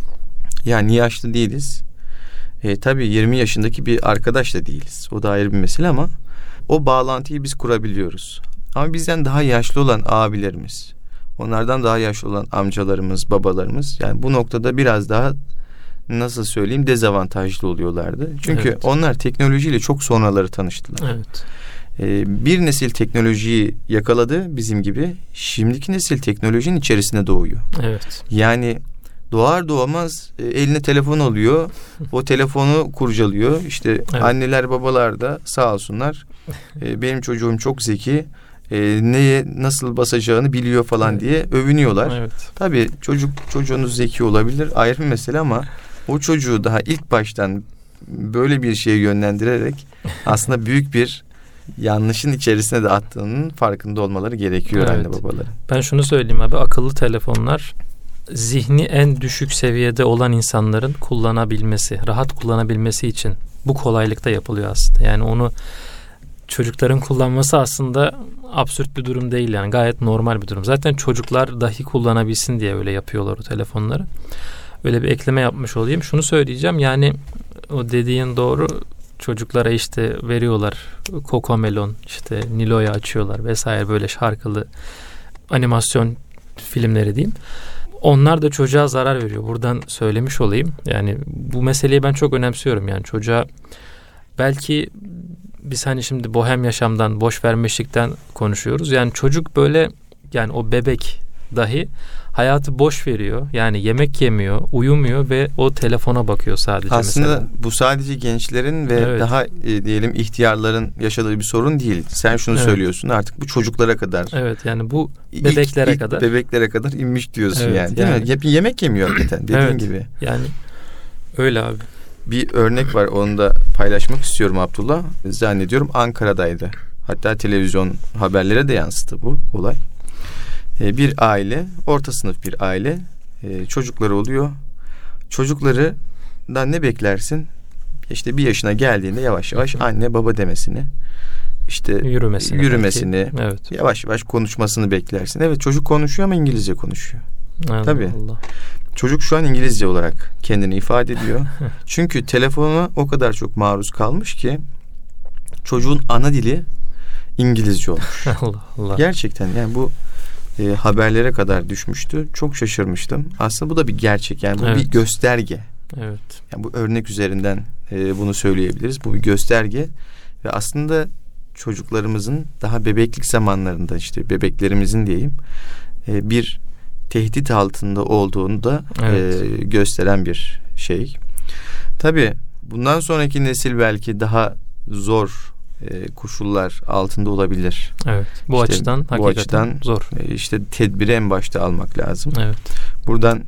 Speaker 2: Yani yaşlı değiliz. Tabii 20 yaşındaki bir arkadaş da değiliz. O da ayrı bir mesele ama o bağlantıyı biz kurabiliyoruz. Ama bizden daha yaşlı olan abilerimiz, onlardan daha yaşlı olan amcalarımız, babalarımız, yani bu noktada biraz daha nasıl söyleyeyim dezavantajlı oluyorlardı. Çünkü onlar teknolojiyle çok sonraları tanıştılar.
Speaker 1: Evet.
Speaker 2: Bir nesil teknolojiyi yakaladı bizim gibi. Şimdiki nesil teknolojinin içerisine doğuyor.
Speaker 1: Evet.
Speaker 2: Yani doğar doğmaz eline telefon alıyor. O telefonu kurcalıyor. İşte evet. Anneler babalar da sağ olsunlar. Benim çocuğum çok zeki. Neye nasıl basacağını biliyor falan evet. diye övünüyorlar. Evet. Tabii çocuğunuz zeki olabilir ayrı bir mesele ama o çocuğu daha ilk baştan böyle bir şeye yönlendirerek aslında büyük bir yanlışın içerisine de attığının farkında olmaları gerekiyor evet. anne babaların.
Speaker 1: Ben şunu söyleyeyim abi, akıllı telefonlar zihni en düşük seviyede olan insanların kullanabilmesi, rahat kullanabilmesi için bu kolaylıkta yapılıyor aslında. Yani onu çocukların kullanması aslında absürt bir durum değil, yani gayet normal bir durum. Zaten çocuklar dahi kullanabilsin diye öyle yapıyorlar o telefonları. Öyle bir ekleme yapmış olayım. Şunu söyleyeceğim, yani o dediğin doğru. Çocuklara işte veriyorlar Cocomelon, işte Nilo'yu açıyorlar vesaire, böyle şarkılı animasyon filmleri diyeyim. Onlar da çocuğa zarar veriyor. Buradan söylemiş olayım. Yani bu meseleyi ben çok önemsiyorum. Yani çocuğa belki biz hani şimdi bohem yaşamdan, boş vermişlikten konuşuyoruz. Yani çocuk böyle, yani o bebek dahi hayatı boş veriyor. Yani yemek yemiyor, uyumuyor ve o telefona bakıyor sadece.
Speaker 2: Aslında
Speaker 1: mesela.
Speaker 2: Bu sadece gençlerin ve evet. daha diyelim ihtiyarların yaşadığı bir sorun değil. Sen şunu evet. söylüyorsun, artık bu çocuklara kadar.
Speaker 1: Evet, yani bu bebeklere kadar.
Speaker 2: Bebeklere kadar inmiş diyorsun
Speaker 1: evet,
Speaker 2: yani değil mi? Yemek yemiyor hakikaten dediğin
Speaker 1: evet,
Speaker 2: gibi.
Speaker 1: Yani öyle abi.
Speaker 2: Bir örnek var, onu da paylaşmak istiyorum Abdullah. Zannediyorum Ankara'daydı. Hatta televizyon haberlere de yansıdı bu olay. Bir aile, orta sınıf bir aile, çocukları oluyor. Çocuklarından ne beklersin? İşte bir yaşına geldiğinde yavaş yavaş anne baba demesini, işte yürümesini, evet. yavaş yavaş konuşmasını beklersin. Evet, çocuk konuşuyor ama İngilizce konuşuyor.
Speaker 1: Allah
Speaker 2: tabii.
Speaker 1: Allah.
Speaker 2: Çocuk şu an İngilizce olarak kendini ifade ediyor. Çünkü telefona o kadar çok maruz kalmış ki çocuğun ana dili İngilizce olmuş.
Speaker 1: Allah Allah.
Speaker 2: Gerçekten yani bu haberlere kadar düşmüştü. Çok şaşırmıştım. Aslında bu da bir gerçek. Yani bu evet. bir gösterge.
Speaker 1: Evet.
Speaker 2: Yani bu örnek üzerinden bunu söyleyebiliriz. Bu bir gösterge ve aslında çocuklarımızın daha bebeklik zamanlarında, işte bebeklerimizin diyeyim, bir tehdit altında olduğunu da evet. Gösteren bir şey. Tabii bundan sonraki nesil belki daha zor koşullar altında olabilir.
Speaker 1: Evet. Bu açıdan zor.
Speaker 2: İşte tedbiri en başta almak lazım.
Speaker 1: Evet.
Speaker 2: Buradan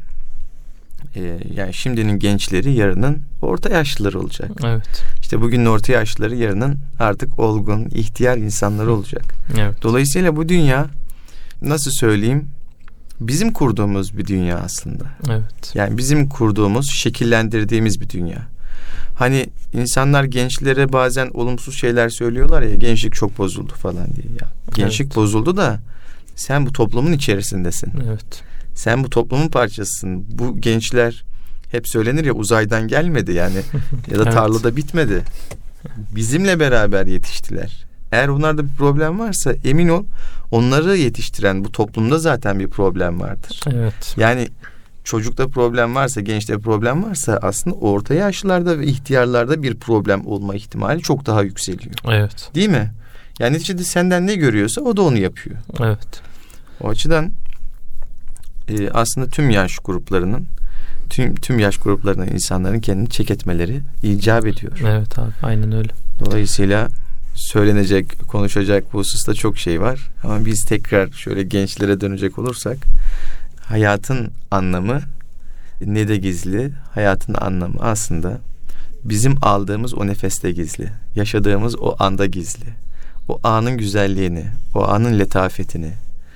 Speaker 2: yani şimdinin gençleri yarının orta yaşlıları olacak.
Speaker 1: Evet.
Speaker 2: İşte bugünün orta yaşlıları yarının artık olgun, ihtiyar insanları olacak.
Speaker 1: Evet.
Speaker 2: Dolayısıyla bu dünya, nasıl söyleyeyim, bizim kurduğumuz bir dünya aslında.
Speaker 1: Evet.
Speaker 2: Yani bizim kurduğumuz, şekillendirdiğimiz bir dünya. Hani insanlar gençlere bazen olumsuz şeyler söylüyorlar ya, gençlik çok bozuldu falan diye. Ya, gençlik evet. bozuldu da sen bu toplumun içerisindesin.
Speaker 1: Evet.
Speaker 2: Sen bu toplumun parçasısın. Bu gençler, hep söylenir ya, uzaydan gelmedi yani ya da evet. tarlada bitmedi. Bizimle beraber yetiştiler. Eğer onlarda bir problem varsa emin ol, onları yetiştiren bu toplumda zaten bir problem vardır.
Speaker 1: Evet.
Speaker 2: Yani çocukta problem varsa, gençte problem varsa aslında orta yaşlılarda ve ihtiyarlarda bir problem olma ihtimali çok daha yükseliyor.
Speaker 1: Evet.
Speaker 2: Değil mi? Yani neticede senden ne görüyorsa o da onu yapıyor.
Speaker 1: Evet.
Speaker 2: O açıdan aslında tüm yaş gruplarının tüm yaş gruplarına insanların kendini check etmeleri icap ediyor.
Speaker 1: Evet abi, aynen öyle.
Speaker 2: Dolayısıyla söylenecek, konuşacak bu hususta çok şey var. Ama biz tekrar şöyle gençlere dönecek olursak, hayatın anlamı ne de gizli? Hayatın anlamı aslında bizim aldığımız o nefeste gizli. Yaşadığımız o anda gizli. O anın güzelliğini, o anın letafetini,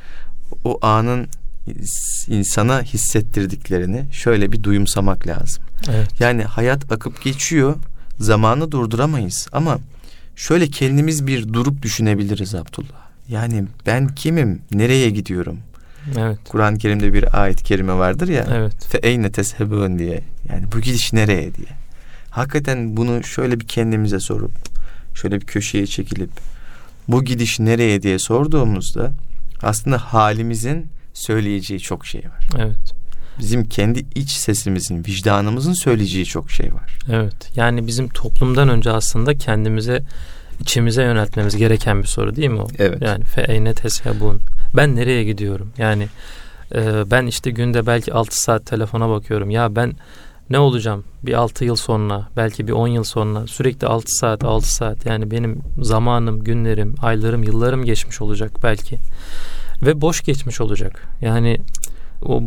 Speaker 2: o anın insana hissettirdiklerini şöyle bir duyumsamak lazım.
Speaker 1: Evet.
Speaker 2: Yani hayat akıp geçiyor, zamanı durduramayız ama şöyle kendimiz bir durup düşünebiliriz Abdullah. Yani ben kimim, nereye gidiyorum?
Speaker 1: Evet.
Speaker 2: Kur'an-ı Kerim'de bir ayet-i kerime vardır ya.
Speaker 1: Evet.
Speaker 2: Fe eyne teshebun diye. Yani bu gidiş nereye diye. Hakikaten bunu şöyle bir kendimize sorup, şöyle bir köşeye çekilip, bu gidiş nereye diye sorduğumuzda aslında halimizin söyleyeceği çok şey var.
Speaker 1: Evet.
Speaker 2: Bizim kendi iç sesimizin, vicdanımızın söyleyeceği çok şey var.
Speaker 1: Evet. Yani bizim toplumdan önce aslında kendimize, içimize yöneltmemiz gereken bir soru değil mi o?
Speaker 2: Evet.
Speaker 1: Yani fe eyne teshebun. Ben nereye gidiyorum? Yani ben işte günde belki 6 saat telefona bakıyorum. Ya ben ne olacağım? Bir 6 yıl sonra, belki bir 10 yıl sonra sürekli 6 saat. Yani benim zamanım, günlerim, aylarım, yıllarım geçmiş olacak belki. Ve boş geçmiş olacak. Yani o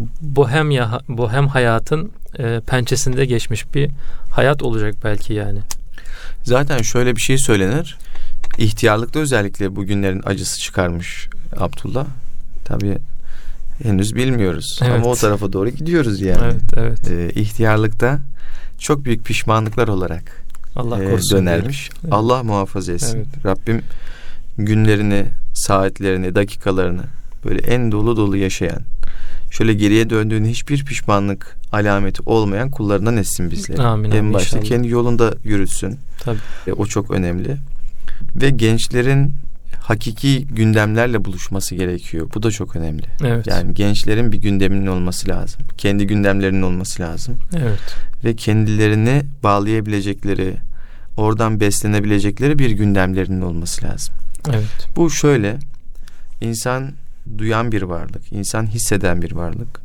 Speaker 1: bohem hayatın pençesinde geçmiş bir hayat olacak belki yani.
Speaker 2: Zaten şöyle bir şey söylenir. İhtiyarlıkta özellikle bugünlerin acısı çıkarmış Abdullah. Tabii henüz bilmiyoruz.
Speaker 1: Evet.
Speaker 2: Ama o tarafa doğru gidiyoruz yani.
Speaker 1: Evet.
Speaker 2: İhtiyarlıkta çok büyük pişmanlıklar olarak
Speaker 1: Allah korusun
Speaker 2: dönermiş.
Speaker 1: Evet.
Speaker 2: Allah muhafaza etsin.
Speaker 1: Evet.
Speaker 2: Rabbim günlerini, saatlerini, dakikalarını böyle en dolu dolu yaşayan, şöyle geriye döndüğünde hiçbir pişmanlık alameti olmayan kullarından etsin bizleri.
Speaker 1: Amin,
Speaker 2: en başta
Speaker 1: inşallah.
Speaker 2: kendi yolunda yürütsün.
Speaker 1: Tabii.
Speaker 2: O çok önemli. Ve gençlerin hakiki gündemlerle buluşması gerekiyor. Bu da çok önemli.
Speaker 1: Evet.
Speaker 2: Yani gençlerin bir gündeminin olması lazım. Kendi gündemlerinin olması lazım.
Speaker 1: Evet.
Speaker 2: Ve kendilerini bağlayabilecekleri, oradan beslenebilecekleri bir gündemlerinin olması lazım.
Speaker 1: Evet.
Speaker 2: Bu şöyle, insan duyan bir varlık, insan hisseden bir varlık.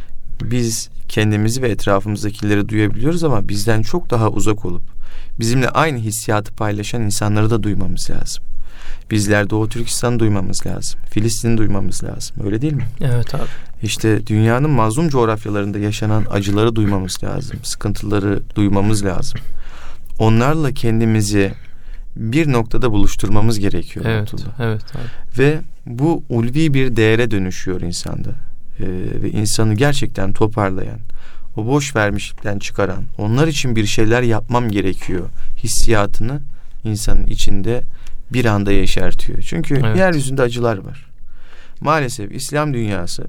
Speaker 2: Biz kendimizi ve etrafımızdakileri duyabiliyoruz ama bizden çok daha uzak olup bizimle aynı hissiyatı paylaşan insanları da duymamız lazım. Bizler Doğu Türkistan duymamız lazım. Filistin'i duymamız lazım. Öyle değil mi?
Speaker 1: Evet abi.
Speaker 2: İşte dünyanın mazlum coğrafyalarında yaşanan acıları duymamız lazım. Sıkıntıları duymamız lazım. Onlarla kendimizi bir noktada buluşturmamız gerekiyor.
Speaker 1: Evet. Evet abi.
Speaker 2: Ve bu ulvi bir değere dönüşüyor insanda. Ve insanı gerçekten toparlayan, o boş vermişlikten çıkaran, onlar için bir şeyler yapmam gerekiyor hissiyatını insanın içinde bir anda yeşertiyor. Çünkü yeryüzünde acılar var. Maalesef İslam dünyası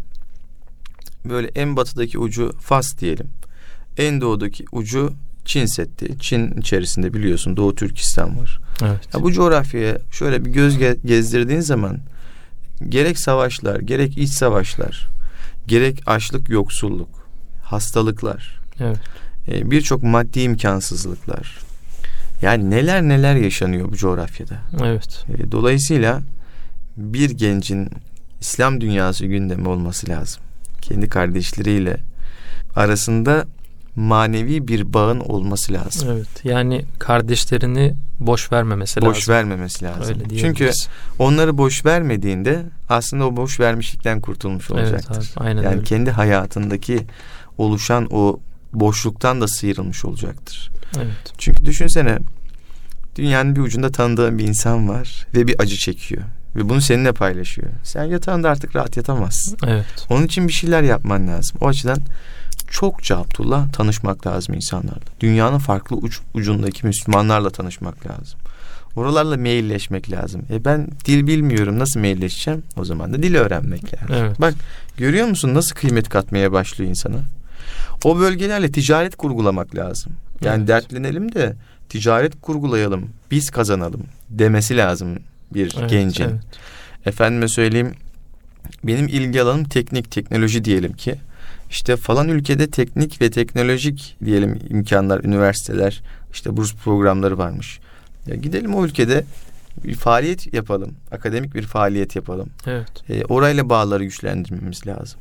Speaker 2: böyle en batıdaki ucu Fas diyelim. En doğudaki ucu Çin Seddi. Çin içerisinde biliyorsun Doğu Türkistan var.
Speaker 1: Evet.
Speaker 2: Ya bu coğrafyaya şöyle bir göz gezdirdiğin zaman gerek savaşlar, gerek iç savaşlar, gerek açlık, yoksulluk, hastalıklar,
Speaker 1: evet.
Speaker 2: Birçok maddi imkansızlıklar. Yani neler yaşanıyor bu coğrafyada.
Speaker 1: Evet.
Speaker 2: Dolayısıyla bir gencin İslam dünyası gündemi olması lazım. Kendi kardeşleriyle arasında manevi bir bağın olması lazım.
Speaker 1: Evet. Yani kardeşlerini boş vermemesi lazım.
Speaker 2: Boş vermemesi lazım.
Speaker 1: Öyle
Speaker 2: çünkü onları boş vermediğinde aslında o boş vermişlikten kurtulmuş olacaktır.
Speaker 1: Evet abi, aynen
Speaker 2: yani
Speaker 1: öyle.
Speaker 2: kendi hayatındaki oluşan o boşluktan da sıyrılmış olacaktır.
Speaker 1: Evet.
Speaker 2: Çünkü düşünsene, dünyanın bir ucunda tanıdığın bir insan var ve bir acı çekiyor. Ve bunu seninle paylaşıyor. Sen yatağında artık rahat yatamazsın.
Speaker 1: Evet.
Speaker 2: Onun için bir şeyler yapman lazım. O açıdan çokça Abdullah tanışmak lazım insanlarla. Dünyanın farklı ucundaki Müslümanlarla tanışmak lazım. Oralarla mailleşmek lazım. Ben dil bilmiyorum, nasıl mailleşeceğim? O zaman da dil öğrenmek lazım.
Speaker 1: Evet.
Speaker 2: Bak, görüyor musun nasıl kıymet katmaya başlıyor insana? O bölgelerle ticaret kurgulamak lazım. Yani
Speaker 1: evet.
Speaker 2: dertlenelim de ticaret kurgulayalım, biz kazanalım demesi lazım bir gencin.
Speaker 1: Evet.
Speaker 2: Efendime söyleyeyim, benim ilgi alanım teknoloji diyelim ki. İşte falan ülkede teknik ve teknolojik diyelim imkanlar, üniversiteler, işte burs programları varmış. Ya gidelim o ülkede bir faaliyet yapalım. Akademik bir faaliyet yapalım.
Speaker 1: Evet.
Speaker 2: Orayla bağları güçlendirmemiz lazım.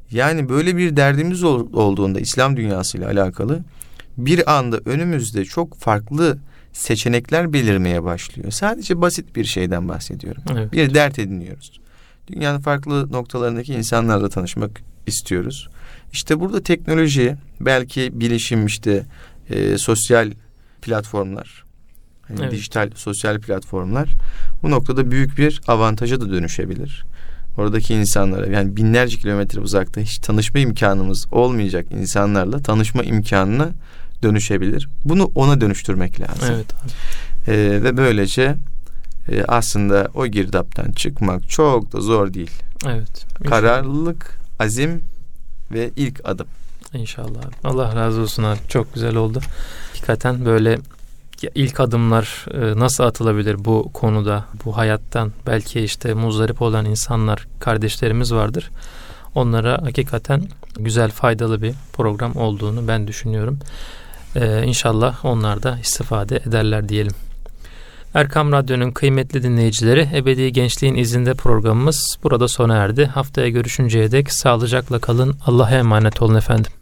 Speaker 2: Yani böyle bir derdimiz olduğunda İslam dünyasıyla alakalı bir anda önümüzde çok farklı seçenekler belirmeye başlıyor. Sadece basit bir şeyden bahsediyorum.
Speaker 1: Evet.
Speaker 2: Bir dert ediniyoruz. Dünyanın farklı noktalarındaki insanlarla tanışmak istiyoruz. İşte burada teknoloji, belki bilişim, işte sosyal platformlar,
Speaker 1: Evet.
Speaker 2: dijital sosyal platformlar bu noktada büyük bir avantaja da dönüşebilir. Oradaki insanlara, yani binlerce kilometre uzakta hiç tanışma imkanımız olmayacak insanlarla tanışma imkanına dönüşebilir. Bunu ona dönüştürmek lazım.
Speaker 1: Evet abi.
Speaker 2: Ve böylece aslında o girdaptan çıkmak çok da zor değil.
Speaker 1: Evet.
Speaker 2: Kararlılık, azim ve ilk adım.
Speaker 1: İnşallah abi. Allah razı olsun abi. Çok güzel oldu. Hakikaten böyle ilk adımlar nasıl atılabilir bu konuda, bu hayattan? Belki işte muzdarip olan insanlar, kardeşlerimiz vardır. Onlara hakikaten güzel, faydalı bir program olduğunu ben düşünüyorum. İnşallah onlar da istifade ederler diyelim. Erkam Radyo'nun kıymetli dinleyicileri, Ebedi Gençliğin İzinde programımız burada sona erdi. Haftaya görüşünceye dek sağlıcakla kalın. Allah'a emanet olun efendim.